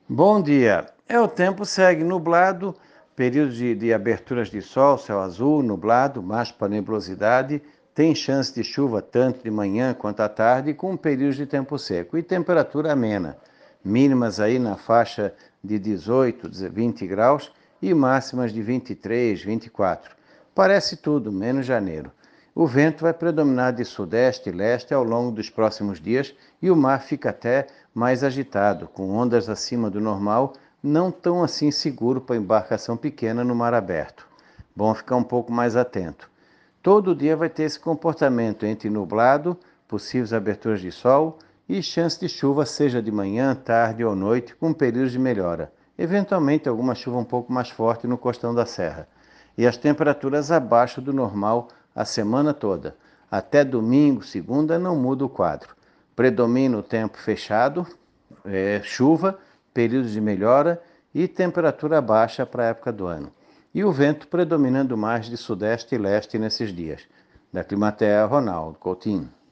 Bom dia. O tempo segue nublado, períodos de aberturas de sol, céu azul, nublado, mais para nebulosidade. Tem chance de chuva tanto de manhã quanto à tarde, com períodos de tempo seco. E temperatura amena, mínimas aí na faixa de 18, 20 graus e máximas de 23, 24. Parece tudo, menos janeiro. O vento vai predominar de sudeste e leste ao longo dos próximos dias e o mar fica até mais agitado, com ondas acima do normal, não tão assim seguro para embarcação pequena no mar aberto. Bom ficar um pouco mais atento. Todo dia vai ter esse comportamento entre nublado, possíveis aberturas de sol e chance de chuva, seja de manhã, tarde ou noite, com períodos de melhora. Eventualmente alguma chuva um pouco mais forte no costão da serra. E as temperaturas abaixo do normal a semana toda. Até domingo, segunda, não muda o quadro. Predomina o tempo fechado, chuva, períodos de melhora e temperatura baixa para a época do ano. E o vento predominando mais de sudeste e leste nesses dias. Da Climatea, Ronaldo Coutinho.